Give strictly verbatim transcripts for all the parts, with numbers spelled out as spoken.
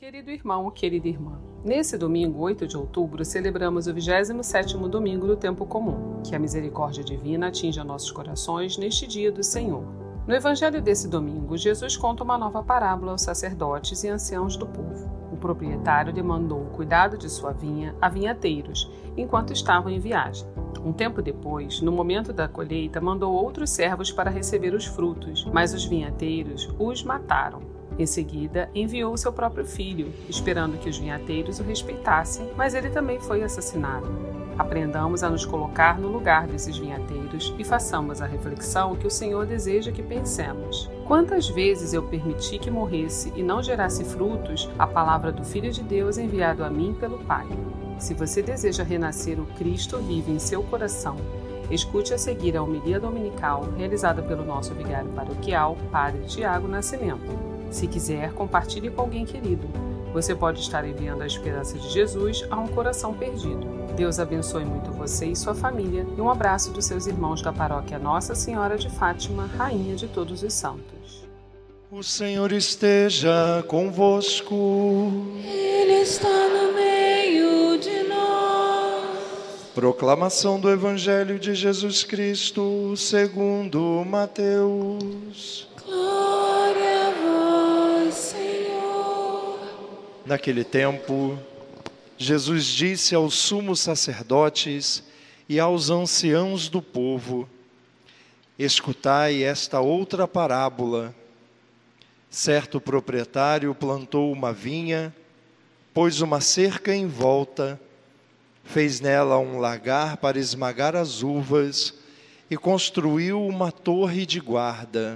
Querido irmão, querida irmã, nesse domingo, oito de outubro, celebramos o vigésimo sétimo domingo do tempo comum. Que a misericórdia divina atinja nossos corações neste dia do Senhor. No evangelho desse domingo, Jesus conta uma nova parábola aos sacerdotes e anciãos do povo. O proprietário demandou o cuidado de sua vinha a vinhateiros, enquanto estavam em viagem. Um tempo depois, no momento da colheita, mandou outros servos para receber os frutos, mas os vinhateiros os mataram. Em seguida, enviou seu próprio filho, esperando que os vinhateiros o respeitassem, mas ele também foi assassinado. Aprendamos a nos colocar no lugar desses vinhateiros e façamos a reflexão que o Senhor deseja que pensemos. Quantas vezes eu permiti que morresse e não gerasse frutos a palavra do Filho de Deus enviado a mim pelo Pai? Se você deseja renascer o Cristo vivo em seu coração, escute a seguir a homilia dominical realizada pelo nosso vigário paroquial, Padre Tiago Nascimento. Se quiser, compartilhe com alguém querido. Você pode estar enviando a esperança de Jesus a um coração perdido. Deus abençoe muito você e sua família e um abraço dos seus irmãos da paróquia Nossa Senhora de Fátima, Rainha de todos os santos. O Senhor esteja convosco. Ele está no meio de nós. Proclamação do Evangelho de Jesus Cristo segundo Mateus. Glória a vós, Senhor. Naquele tempo, Jesus disse aos sumos sacerdotes e aos anciãos do povo: escutai esta outra parábola. Certo proprietário plantou uma vinha, pôs uma cerca em volta, fez nela um lagar para esmagar as uvas e construiu uma torre de guarda.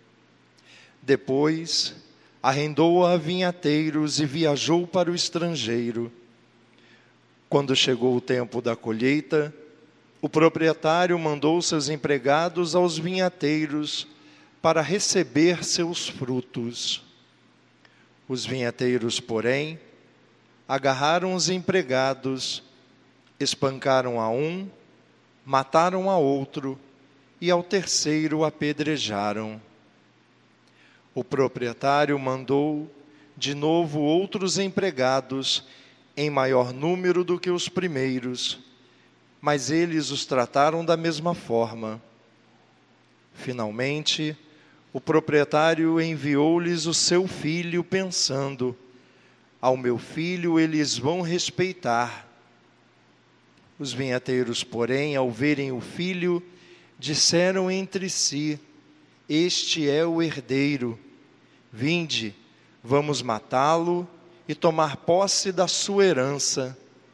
Depois, arrendou-a a vinhateiros e viajou para o estrangeiro. Quando chegou o tempo da colheita, o proprietário mandou seus empregados aos vinhateiros para receber seus frutos. Os vinhateiros, porém, agarraram os empregados, espancaram a um, mataram a outro e ao terceiro apedrejaram. O proprietário mandou de novo outros empregados em maior número do que os primeiros, mas eles os trataram da mesma forma. Finalmente, o proprietário enviou-lhes o seu filho, pensando: ao meu filho eles vão respeitar. Os vinhateiros, porém, ao verem o filho, disseram entre si: este é o herdeiro. Vinde, vamos matá-lo e tomar posse da sua herança.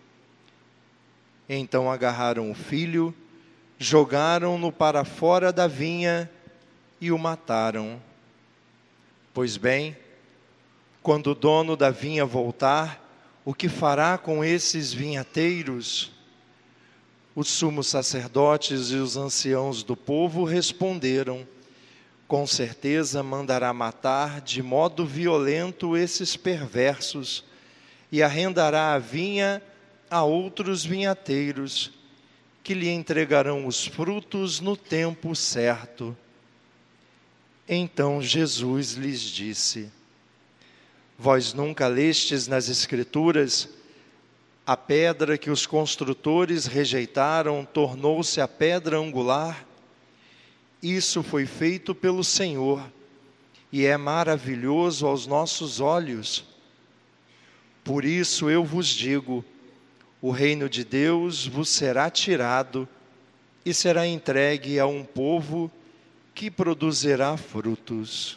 Então agarraram o filho, jogaram-no para fora da vinha e o mataram. Pois bem, quando o dono da vinha voltar, o que fará com esses vinhateiros? Os sumos sacerdotes e os anciãos do povo responderam: com certeza mandará matar de modo violento esses perversos e arrendará a vinha a outros vinhateiros, que lhe entregarão os frutos no tempo certo. Então Jesus lhes disse: vós nunca lestes nas Escrituras: a pedra que os construtores rejeitaram tornou-se a pedra angular? Isso foi feito pelo Senhor e é maravilhoso aos nossos olhos. Por isso eu vos digo: o reino de Deus vos será tirado e será entregue a um povo que produzirá frutos.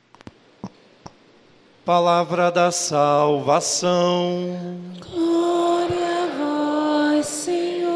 Palavra da salvação. Glória a vós, Senhor.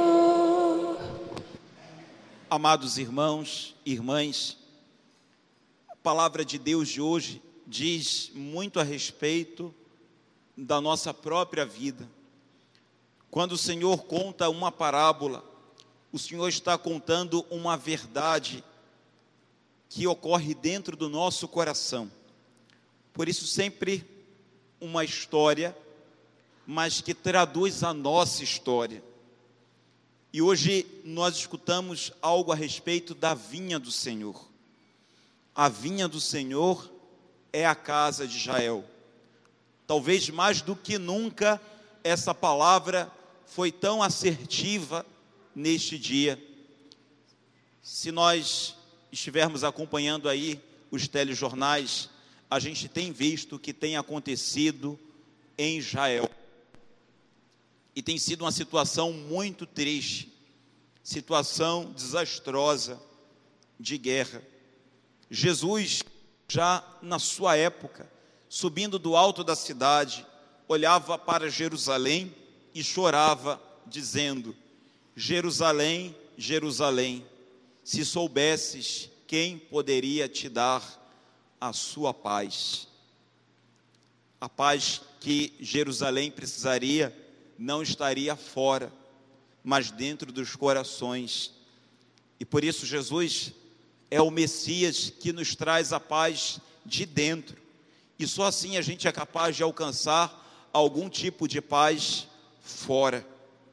Amados irmãos e irmãs, a palavra de Deus de hoje diz muito a respeito da nossa própria vida. Quando o Senhor conta uma parábola, o Senhor está contando uma verdade que ocorre dentro do nosso coração. Por isso, sempre uma história, mas que traduz a nossa história. E hoje nós escutamos algo a respeito da vinha do Senhor. A vinha do Senhor é a casa de Israel. Talvez mais do que nunca essa palavra foi tão assertiva neste dia. Se nós estivermos acompanhando aí os telejornais, a gente tem visto o que tem acontecido em Israel. E tem sido uma situação muito triste, situação desastrosa de guerra. Jesus, já na sua época, subindo do alto da cidade, olhava para Jerusalém e chorava, dizendo: Jerusalém, Jerusalém, se soubesses quem poderia te dar a sua paz. A paz que Jerusalém precisaria não estaria fora, mas dentro dos corações. E por isso Jesus é o Messias que nos traz a paz de dentro. E só assim a gente é capaz de alcançar algum tipo de paz fora.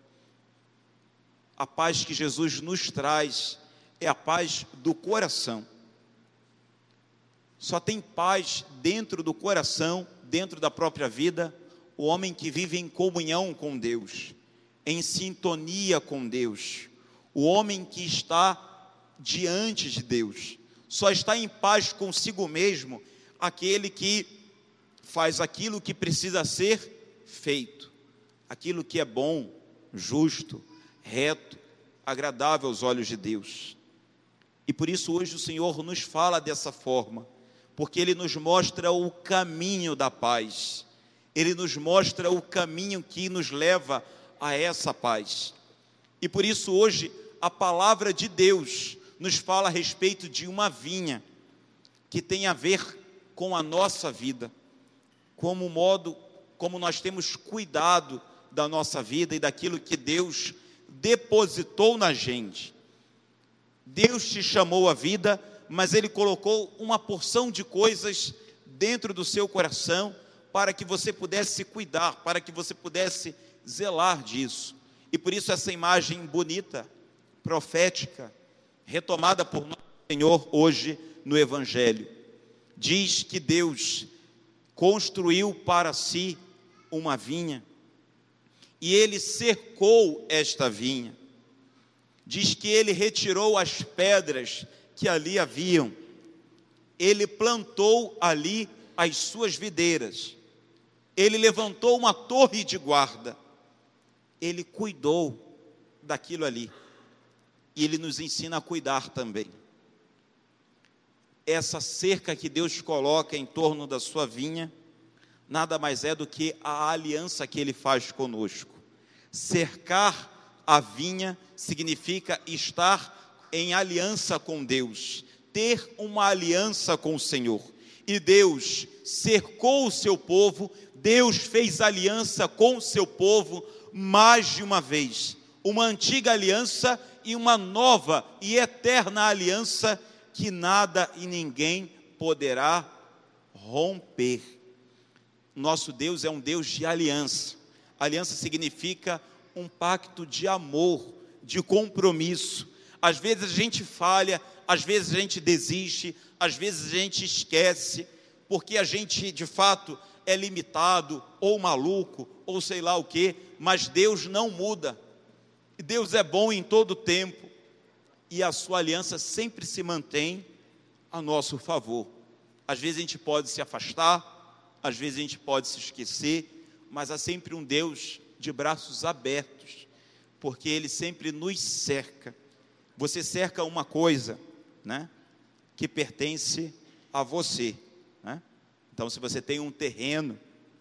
A paz que Jesus nos traz é a paz do coração. Só tem paz dentro do coração, dentro da própria vida, o homem que vive em comunhão com Deus, em sintonia com Deus, o homem que está diante de Deus. Só está em paz consigo mesmo aquele que faz aquilo que precisa ser feito, aquilo que é bom, justo, reto, agradável aos olhos de Deus. E por isso hoje o Senhor nos fala dessa forma, porque Ele nos mostra o caminho da paz, Ele nos mostra o caminho que nos leva a essa paz. E por isso hoje a palavra de Deus nos fala a respeito de uma vinha que tem a ver com a nossa vida, como modo, como nós temos cuidado da nossa vida e daquilo que Deus depositou na gente. Deus te chamou à vida, mas Ele colocou uma porção de coisas dentro do seu coração para que você pudesse cuidar, para que você pudesse zelar disso. E por isso essa imagem bonita, profética, retomada por nosso Senhor hoje no Evangelho, diz que Deus construiu para si uma vinha, e Ele cercou esta vinha. Diz que Ele retirou as pedras que ali haviam, Ele plantou ali as suas videiras, Ele levantou uma torre de guarda, Ele cuidou daquilo ali, e Ele nos ensina a cuidar também. Essa cerca que Deus coloca em torno da sua vinha, nada mais é do que a aliança que Ele faz conosco. Cercar a vinha significa estar em aliança com Deus, ter uma aliança com o Senhor. E Deus cercou o seu povo, Deus fez aliança com o seu povo mais de uma vez. Uma antiga aliança e uma nova e eterna aliança que nada e ninguém poderá romper. Nosso Deus é um Deus de aliança. Aliança significa um pacto de amor, de compromisso. Às vezes a gente falha, às vezes a gente desiste, às vezes a gente esquece, porque a gente de fato é limitado, ou maluco, ou sei lá o quê, mas Deus não muda. Deus é bom em todo tempo, e a sua aliança sempre se mantém a nosso favor. Às vezes a gente pode se afastar, às vezes a gente pode se esquecer, mas há sempre um Deus de braços abertos, porque Ele sempre nos cerca. Você cerca uma coisa, né, que pertence a você, né? Então, se você tem um terreno,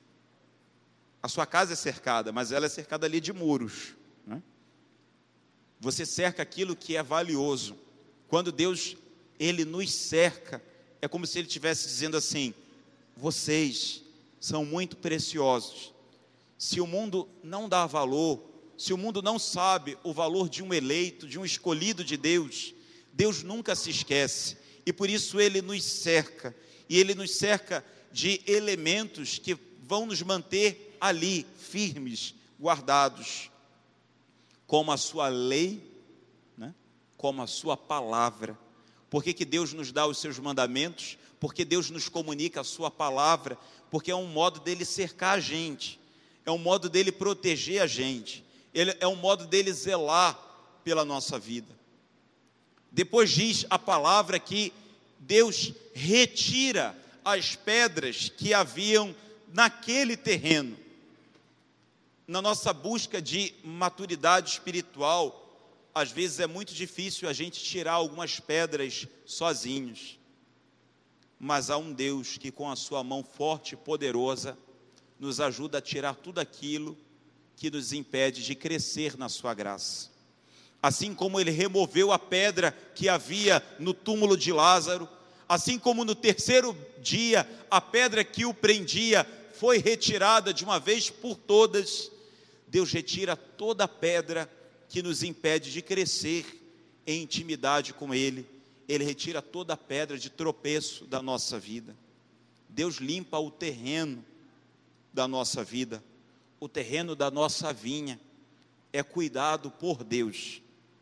a sua casa é cercada, mas ela é cercada ali de muros, né? Você cerca aquilo que é valioso. Quando Deus, Ele nos cerca, é como se Ele estivesse dizendo assim: vocês são muito preciosos. Se o mundo não dá valor, se o mundo não sabe o valor de um eleito, de um escolhido de Deus, Deus nunca se esquece, e por isso Ele nos cerca, e Ele nos cerca de elementos que vão nos manter ali, firmes, guardados, como a sua lei, né? Como a sua palavra. Por que que Deus nos dá os seus mandamentos? porque Deus nos comunica a sua palavra, porque é um modo dele cercar a gente, é um modo dele proteger a gente, ele, é um modo dele zelar pela nossa vida. Depois diz a palavra que Deus retira as pedras que haviam naquele terreno. Na nossa busca de maturidade espiritual, às vezes é muito difícil a gente tirar algumas pedras sozinhos, mas há um Deus que com a sua mão forte e poderosa nos ajuda a tirar tudo aquilo que nos impede de crescer na sua graça. Assim como ele removeu a pedra que havia no túmulo de Lázaro, assim como no terceiro dia a pedra que o prendia foi retirada de uma vez por todas, Deus retira toda a pedra que nos impede de crescer em intimidade com Ele. Ele retira toda a pedra de tropeço da nossa vida. Deus limpa o terreno da nossa vida, o terreno da nossa vinha é cuidado por Deus.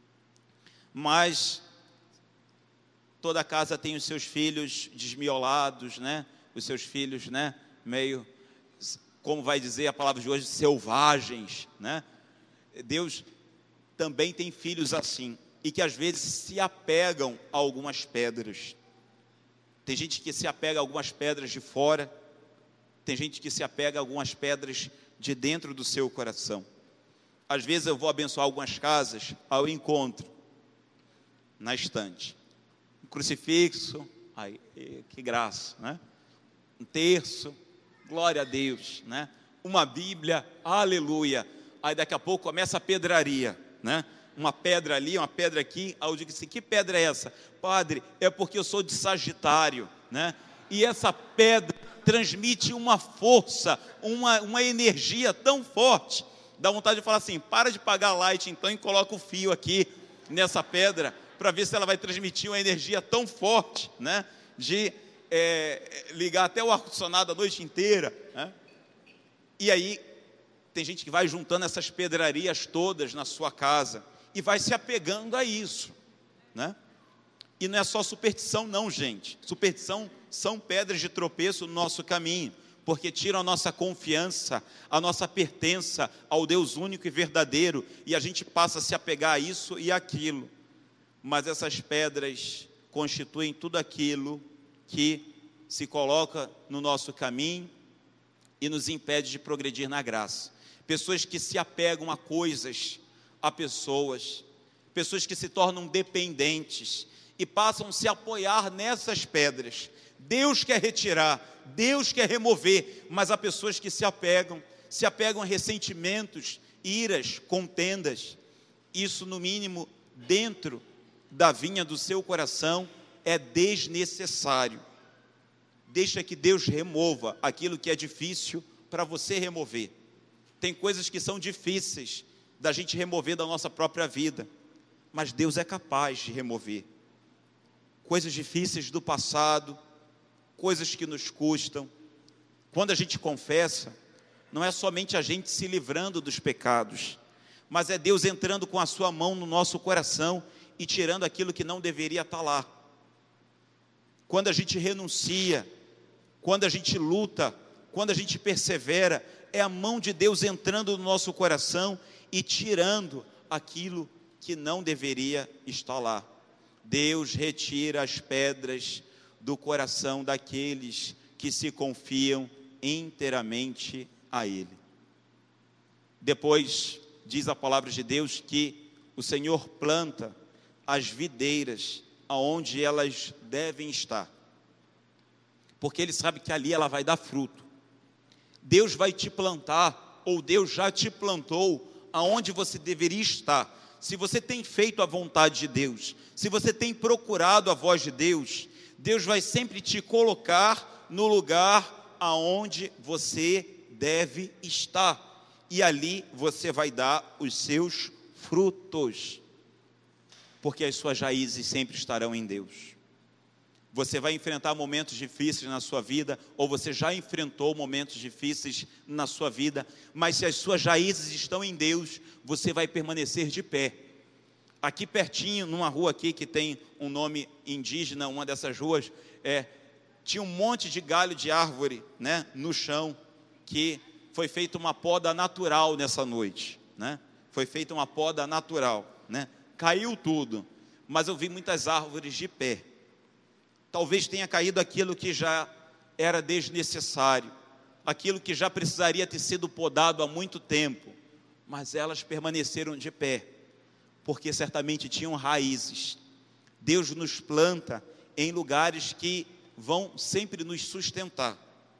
Mas toda casa tem os seus filhos desmiolados, né? Os seus filhos, né? Meio, como vai dizer a palavra de hoje, selvagens, né? Deus também tem filhos assim, e que às vezes se apegam a algumas pedras. Tem gente que se apega a algumas pedras de fora, tem gente que se apega a algumas pedras de dentro do seu coração. Às vezes eu vou abençoar algumas casas, ao encontro, na estante, um crucifixo, ai, que graça, né? Um terço, glória a Deus, né? Uma Bíblia, aleluia. Aí daqui a pouco começa a pedraria, né? Uma pedra ali, uma pedra aqui. Aí eu digo assim, que pedra é essa? Padre, é porque eu sou de Sagitário, né? E essa pedra transmite uma força, uma, uma energia tão forte, dá vontade de falar assim, para de pagar light então e coloca o fio aqui nessa pedra, para ver se ela vai transmitir uma energia tão forte, né? De é, ligar até o ar-condicionado a noite inteira, né? E aí tem gente que vai juntando essas pedrarias todas na sua casa e vai se apegando a isso, né? E não é só superstição não, gente. Superstição são pedras de tropeço no nosso caminho, porque tiram a nossa confiança, a nossa pertença ao Deus único e verdadeiro, e a gente passa a se apegar a isso e aquilo. Mas essas pedras constituem tudo aquilo que se coloca no nosso caminho e nos impede de progredir na graça. Pessoas que se apegam a coisas, a pessoas, pessoas que se tornam dependentes e passam a se apoiar nessas pedras. Deus quer retirar, Deus quer remover, mas há pessoas que se apegam, se apegam a ressentimentos, iras, contendas. Isso, no mínimo, dentro da vinha do seu coração, é desnecessário. Deixa que Deus remova aquilo que é difícil para você remover. Tem coisas que são difíceis da gente remover da nossa própria vida, mas Deus é capaz de remover. Coisas difíceis do passado, coisas que nos custam. Quando a gente confessa, não é somente a gente se livrando dos pecados, mas é Deus entrando com a sua mão no nosso coração e tirando aquilo que não deveria estar lá. Quando a gente renuncia, quando a gente luta, quando a gente persevera, é a mão de Deus entrando no nosso coração e tirando aquilo que não deveria estar lá. Deus retira as pedras do coração daqueles que se confiam inteiramente a Ele. Depois, diz a palavra de Deus que o Senhor planta as videiras aonde elas devem estar, porque Ele sabe que ali ela vai dar fruto. Deus vai te plantar, ou Deus já te plantou aonde você deveria estar. Se você tem feito a vontade de Deus, se você tem procurado a voz de Deus, Deus vai sempre te colocar no lugar aonde você deve estar, e ali você vai dar os seus frutos, porque as suas raízes sempre estarão em Deus. Você vai enfrentar momentos difíceis na sua vida, ou você já enfrentou momentos difíceis na sua vida, mas se as suas raízes estão em Deus, você vai permanecer de pé. Aqui pertinho, numa rua aqui que tem um nome indígena, uma dessas ruas é tinha um monte de galho de árvore, né, no chão, que foi feita uma poda natural nessa noite, né? Foi feita uma poda natural, né? Caiu tudo, mas eu vi muitas árvores de pé. Talvez tenha caído aquilo que já era desnecessário, aquilo que já precisaria ter sido podado há muito tempo, mas elas permaneceram de pé, porque certamente tinham raízes. Deus nos planta em lugares que vão sempre nos sustentar.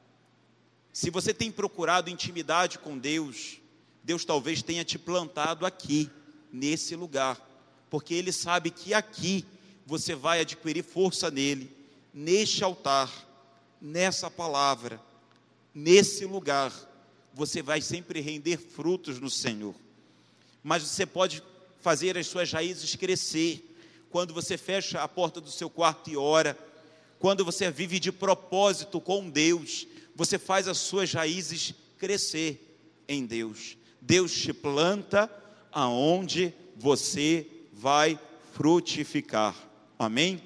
Se você tem procurado intimidade com Deus, Deus talvez tenha te plantado aqui, nesse lugar, porque Ele sabe que aqui você vai adquirir força nele, neste altar, nessa palavra, nesse lugar, você vai sempre render frutos no Senhor. Mas você pode fazer as suas raízes crescer, quando você fecha a porta do seu quarto e ora, quando você vive de propósito com Deus, você faz as suas raízes crescer em Deus. Deus te planta aonde você vai frutificar. Amém?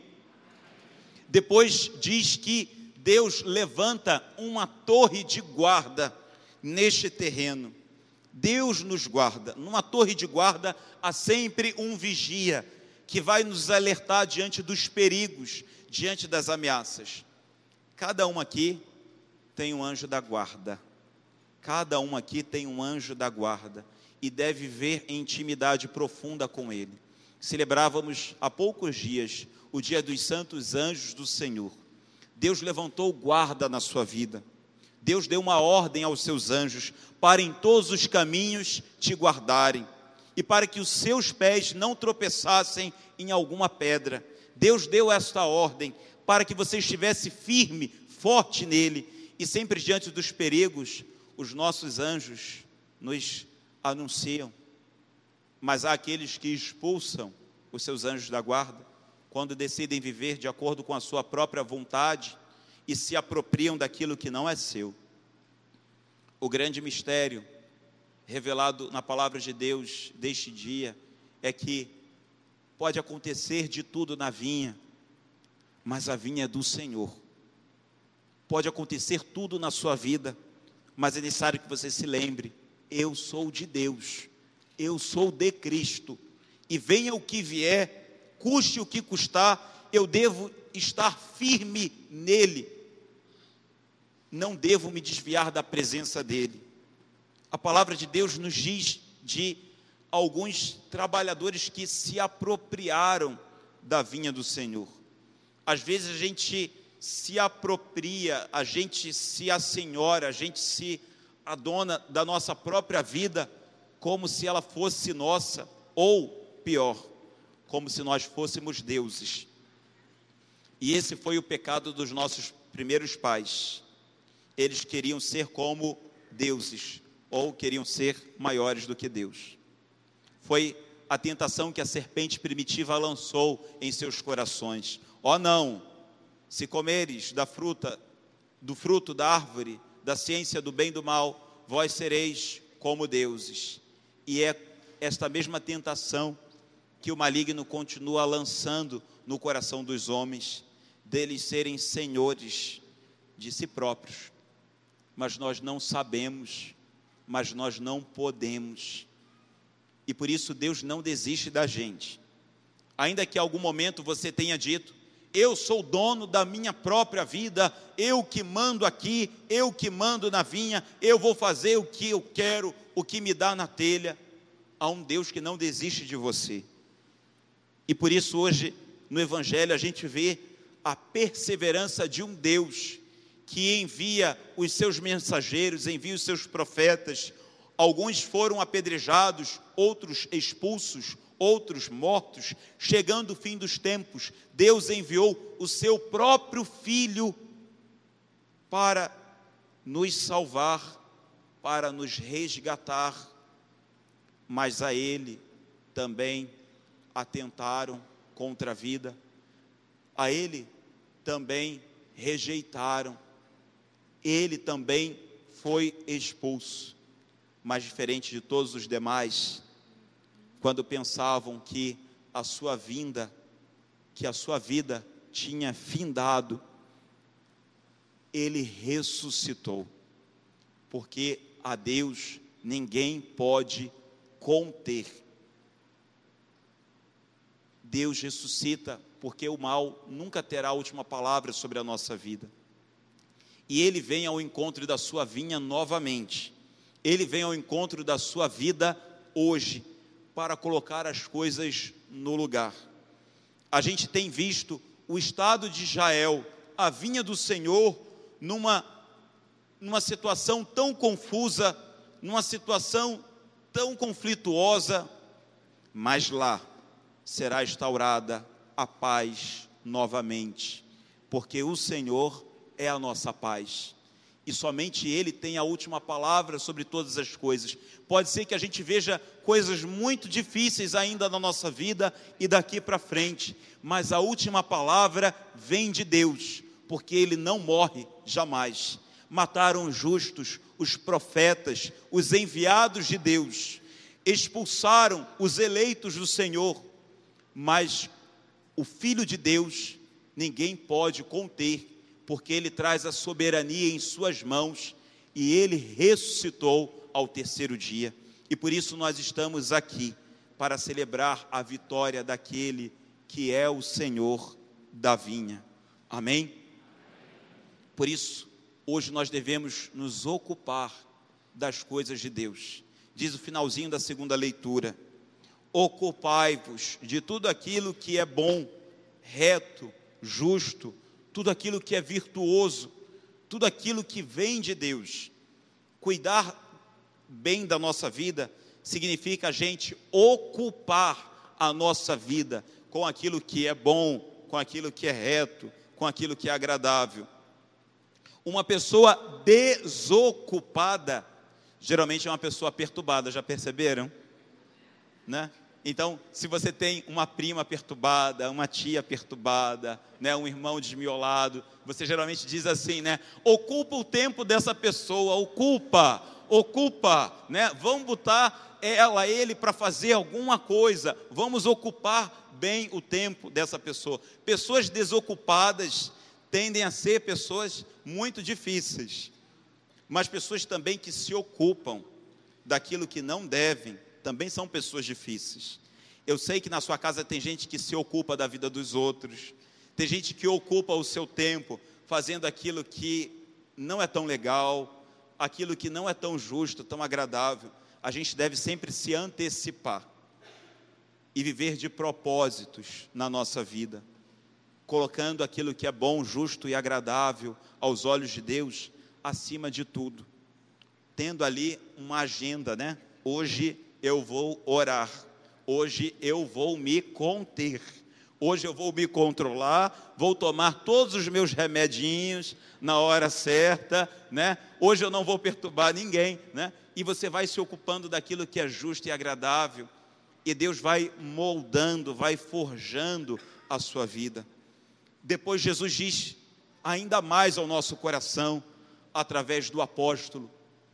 Depois diz que Deus levanta uma torre de guarda neste terreno. Deus nos guarda. Numa torre de guarda há sempre um vigia que vai nos alertar diante dos perigos, diante das ameaças. Cada um aqui tem um anjo da guarda. Cada um aqui tem um anjo da guarda e deve viver em intimidade profunda com ele. Celebrávamos há poucos dias o dia dos santos anjos do Senhor. Deus levantou guarda na sua vida. Deus deu uma ordem aos seus anjos para em todos os caminhos te guardarem e para que os seus pés não tropeçassem em alguma pedra. Deus deu esta ordem para que você estivesse firme, forte nele, e sempre diante dos perigos, os nossos anjos nos anunciam. Mas há aqueles que expulsam os seus anjos da guarda, quando decidem viver de acordo com a sua própria vontade e se apropriam daquilo que não é seu. O grande mistério revelado na palavra de Deus deste dia é que pode acontecer de tudo na vinha, mas a vinha é do Senhor. Pode acontecer tudo na sua vida, mas é necessário que você se lembre: eu sou de Deus, eu sou de Cristo, e venha o que vier, custe o que custar, eu devo estar firme nele, não devo me desviar da presença dele. A palavra de Deus nos diz de alguns trabalhadores que se apropriaram da vinha do Senhor. Às vezes a gente se apropria, a gente se assenhora, a gente se adona da nossa própria vida como se ela fosse nossa, ou pior, como se nós fôssemos deuses. E esse foi o pecado dos nossos primeiros pais. Eles queriam ser como deuses, ou queriam ser maiores do que Deus. Foi a tentação que a serpente primitiva lançou em seus corações. Ó não, se comeres da fruta, do fruto da árvore, da ciência do bem e do mal, vós sereis como deuses. E é esta mesma tentação que o maligno continua lançando no coração dos homens, deles serem senhores de si próprios. Mas nós não sabemos, mas nós não podemos. E por isso Deus não desiste da gente. Ainda que em algum momento você tenha dito: eu sou dono da minha própria vida, eu que mando aqui, eu que mando na vinha, eu vou fazer o que eu quero, o que me dá na telha. Há um Deus que não desiste de você. E por isso hoje no Evangelho a gente vê a perseverança de um Deus que envia os seus mensageiros, envia os seus profetas. Alguns foram apedrejados, outros expulsos, outros mortos. Chegando o fim dos tempos, Deus enviou o seu próprio Filho para nos salvar, para nos resgatar. Mas a Ele também atentaram contra a vida, a Ele também rejeitaram, Ele também foi expulso. Mas diferente de todos os demais, quando pensavam que a sua vinda, que a sua vida tinha findado, ele ressuscitou, porque a Deus ninguém pode conter. Deus ressuscita porque o mal nunca terá a última palavra sobre a nossa vida. E Ele vem ao encontro da sua vinha novamente. Ele vem ao encontro da sua vida hoje, para colocar as coisas no lugar. A gente tem visto o estado de Israel, a vinha do Senhor, numa, numa situação tão confusa, numa situação tão conflituosa, mas lá será instaurada a paz novamente, porque o Senhor é a nossa paz, e somente Ele tem a última palavra sobre todas as coisas. Pode ser que a gente veja coisas muito difíceis ainda na nossa vida e daqui para frente, mas a última palavra vem de Deus, porque Ele não morre jamais. Mataram os justos, os profetas, os enviados de Deus, expulsaram os eleitos do Senhor, mas o Filho de Deus ninguém pode conter, porque Ele traz a soberania em suas mãos, e Ele ressuscitou ao terceiro dia, e por isso nós estamos aqui, para celebrar a vitória daquele que é o Senhor da vinha, amém? Por isso, hoje nós devemos nos ocupar das coisas de Deus. Diz o finalzinho da segunda leitura: ocupai-vos de tudo aquilo que é bom, reto, justo, tudo aquilo que é virtuoso, tudo aquilo que vem de Deus. Cuidar bem da nossa vida significa a gente ocupar a nossa vida com aquilo que é bom, com aquilo que é reto, com aquilo que é agradável. Uma pessoa desocupada geralmente é uma pessoa perturbada, já perceberam? Né? Então, se você tem uma prima perturbada, uma tia perturbada, né, um irmão desmiolado, você geralmente diz assim, né? Ocupa o tempo dessa pessoa, ocupa, ocupa, né? Vamos botar ela, ele para fazer alguma coisa, vamos ocupar bem o tempo dessa pessoa. Pessoas desocupadas tendem a ser pessoas muito difíceis, mas pessoas também que se ocupam daquilo que não devem, também são pessoas difíceis. Eu sei que na sua casa tem gente que se ocupa da vida dos outros, tem gente que ocupa o seu tempo fazendo aquilo que não é tão legal, aquilo que não é tão justo, tão agradável. A gente deve sempre se antecipar e viver de propósitos na nossa vida, colocando aquilo que é bom, justo e agradável aos olhos de Deus acima de tudo, tendo ali uma agenda, né? Hoje eu vou orar, hoje eu vou me conter, hoje eu vou me controlar, vou tomar todos os meus remedinhos na hora certa, né? Hoje eu não vou perturbar ninguém, né? E você vai se ocupando daquilo que é justo e agradável, e Deus vai moldando, vai forjando a sua vida. Depois Jesus diz ainda mais ao nosso coração, através do apóstolo: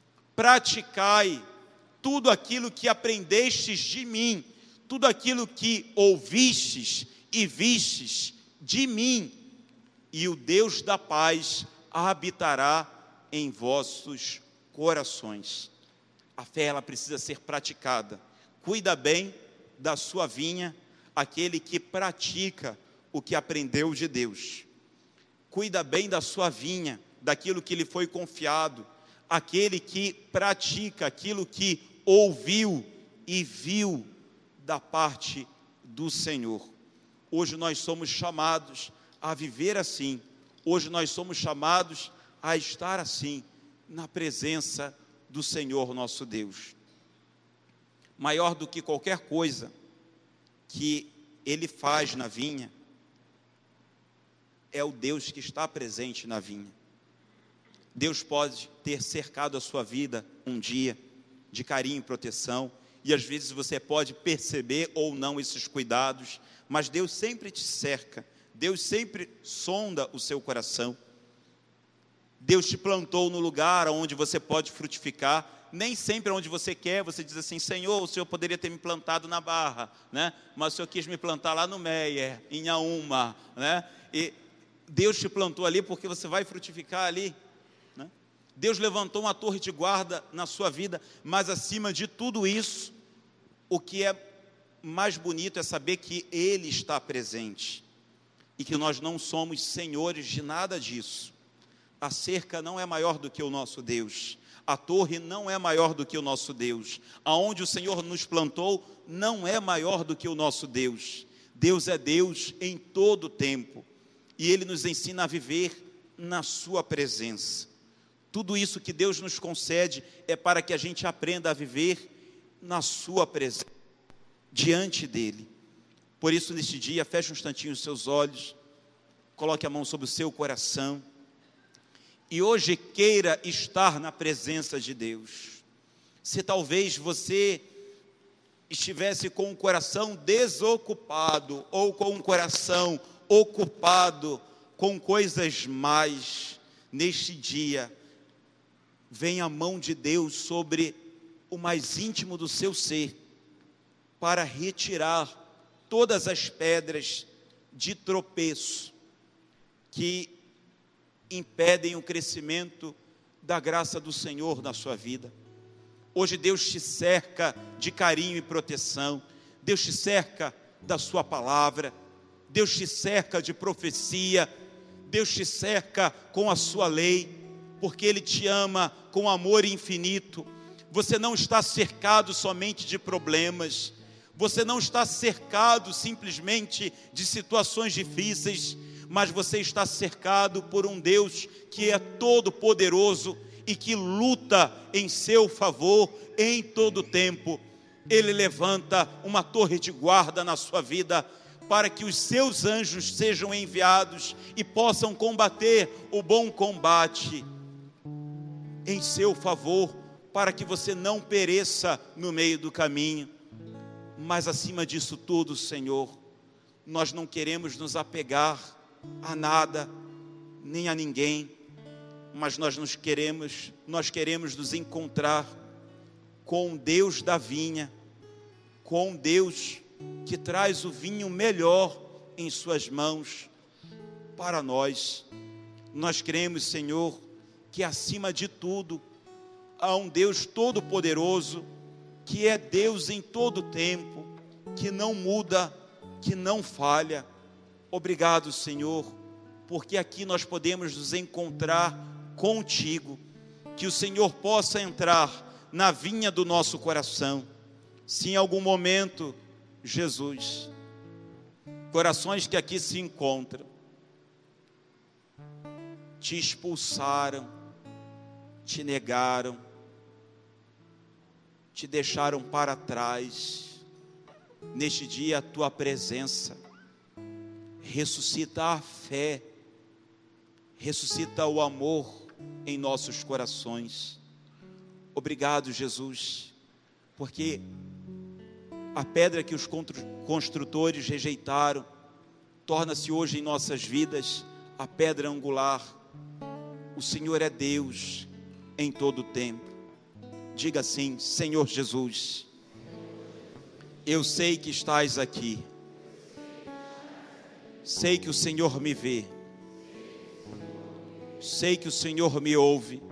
praticai tudo aquilo que aprendestes de mim, tudo aquilo que ouvistes e vistes de mim, e o Deus da paz habitará em vossos corações. A fé, ela precisa ser praticada. Cuida bem da sua vinha aquele que pratica o que aprendeu de Deus. Cuida bem da sua vinha, daquilo que lhe foi confiado, aquele que pratica aquilo que ouviu e viu da parte do Senhor. Hoje nós somos chamados a viver assim, hoje nós somos chamados a estar assim, na presença do Senhor nosso Deus. Maior do que qualquer coisa que Ele faz na vinha, é o Deus que está presente na vinha. Deus pode ter cercado a sua vida um dia de carinho e proteção, e às vezes você pode perceber ou não esses cuidados, mas Deus sempre te cerca, Deus sempre sonda o seu coração. Deus te plantou no lugar onde você pode frutificar, nem sempre onde você quer. Você diz assim: Senhor, o Senhor poderia ter me plantado na Barra, né? Mas o Senhor quis me plantar lá no Meier, em Auma, né? E Deus te plantou ali porque você vai frutificar ali, né? Deus levantou uma torre de guarda na sua vida, mas acima de tudo isso, o que é mais bonito é saber que Ele está presente e que nós não somos senhores de nada disso. A cerca não é maior do que o nosso Deus, a torre não é maior do que o nosso Deus, aonde o Senhor nos plantou não é maior do que o nosso Deus. Deus é Deus em todo o tempo, e Ele nos ensina a viver na sua presença. Tudo isso que Deus nos concede é para que a gente aprenda a viver na sua presença, diante dEle. Por isso, neste dia, feche um instantinho os seus olhos, coloque a mão sobre o seu coração, e hoje queira estar na presença de Deus. Se talvez você estivesse com o coração desocupado, ou com o coração ocupado com coisas mais, neste dia, vem a mão de Deus sobre o mais íntimo do seu ser, para retirar todas as pedras de tropeço, que impedem o crescimento da graça do Senhor na sua vida. Hoje Deus te cerca de carinho e proteção, Deus te cerca da sua palavra, Deus te cerca de profecia, Deus te cerca com a sua lei, porque Ele te ama com amor infinito. Você não está cercado somente de problemas, você não está cercado simplesmente de situações difíceis, mas você está cercado por um Deus que é todo poderoso e que luta em seu favor em todo tempo. Ele levanta uma torre de guarda na sua vida, para que os seus anjos sejam enviados e possam combater o bom combate em seu favor, para que você não pereça no meio do caminho. Mas acima disso tudo, Senhor, nós não queremos nos apegar a nada, nem a ninguém, mas nós nos queremos, nós queremos nos encontrar com Deus da vinha, com Deus que traz o vinho melhor em suas mãos para nós. Nós cremos, Senhor, que acima de tudo há um Deus todo-poderoso, que é Deus em todo tempo, que não muda, que não falha. Obrigado, Senhor, porque aqui nós podemos nos encontrar contigo, que o Senhor possa entrar na vinha do nosso coração. Se em algum momento, Jesus, corações que aqui se encontram, te expulsaram, te negaram, te deixaram para trás, neste dia a tua presença ressuscita a fé, ressuscita o amor em nossos corações. Obrigado, Jesus, porque a pedra que os construtores rejeitaram torna-se hoje em nossas vidas a pedra angular. O Senhor é Deus em todo o tempo. Diga assim: Senhor Jesus, eu sei que estás aqui, sei que o Senhor me vê, sei que o Senhor me ouve.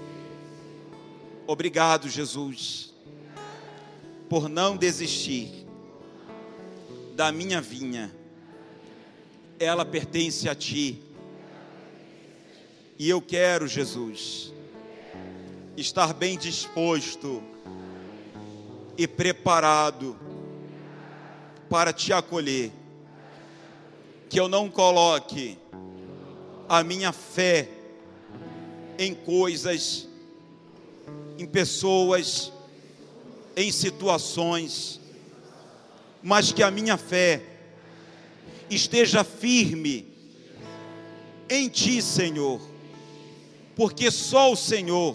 Obrigado, Jesus, por não desistir da minha vinha. Ela pertence a Ti, e eu quero, Jesus, estar bem disposto e preparado para Te acolher. Que eu não coloque a minha fé em coisas, em pessoas, em situações, mas que a minha fé esteja firme em Ti, Senhor, porque só o Senhor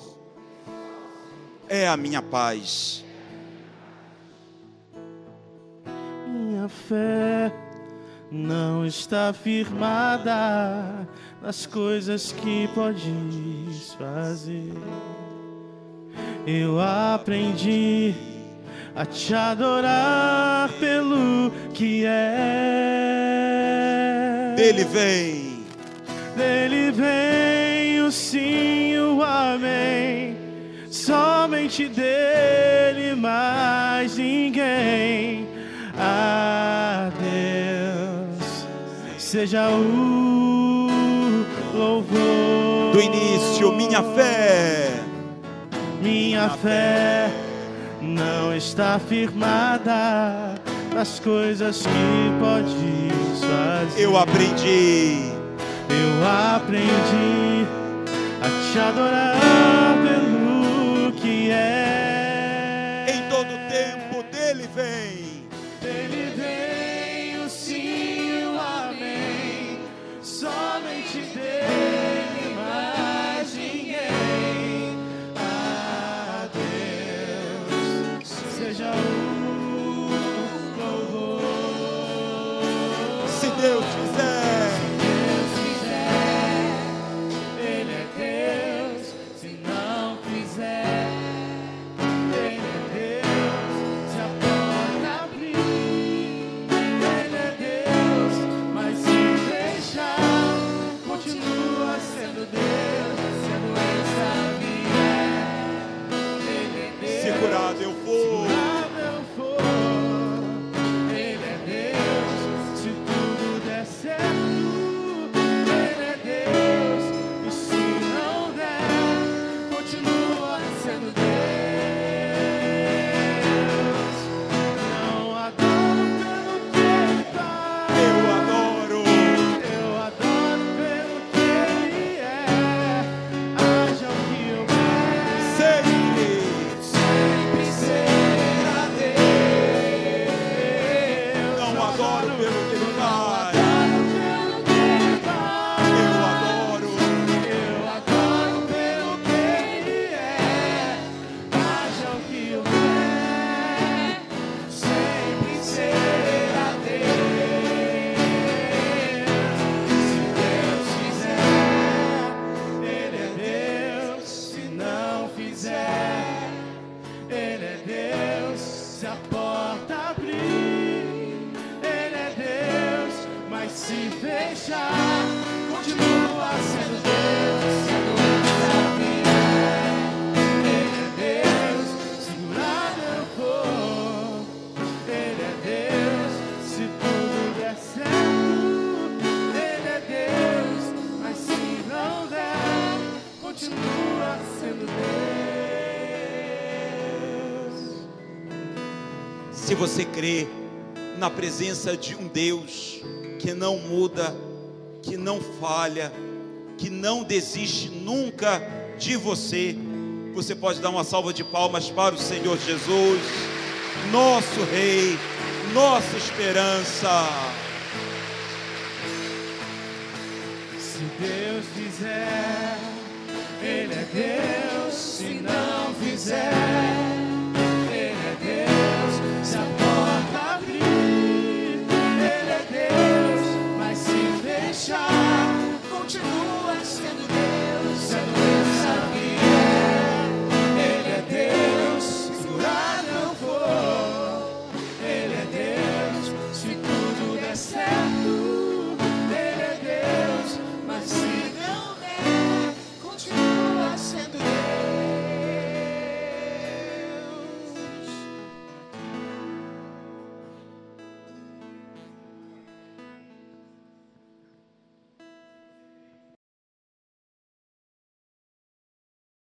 é a minha paz. Minha fé não está firmada nas coisas que podes fazer. Eu aprendi a Te adorar pelo que é. Dele vem, dele vem o sim e o amém. Somente dele, mais ninguém. A Deus seja o louvor. Do início, minha fé, minha fé não está firmada nas coisas que podes fazer. Eu aprendi, eu aprendi a te adorar pelo que é. Em todo tempo dele vem, dele vem o sim e o amém. Somente dele, mais ninguém. A Deus seja o louvor. Se Deus quiser. Se você crê na presença de um Deus que não muda, que não falha, que não desiste nunca de você, você pode dar uma salva de palmas para o Senhor Jesus, nosso Rei, nossa esperança. Se Deus fizer, Ele é Deus. Se não fizer,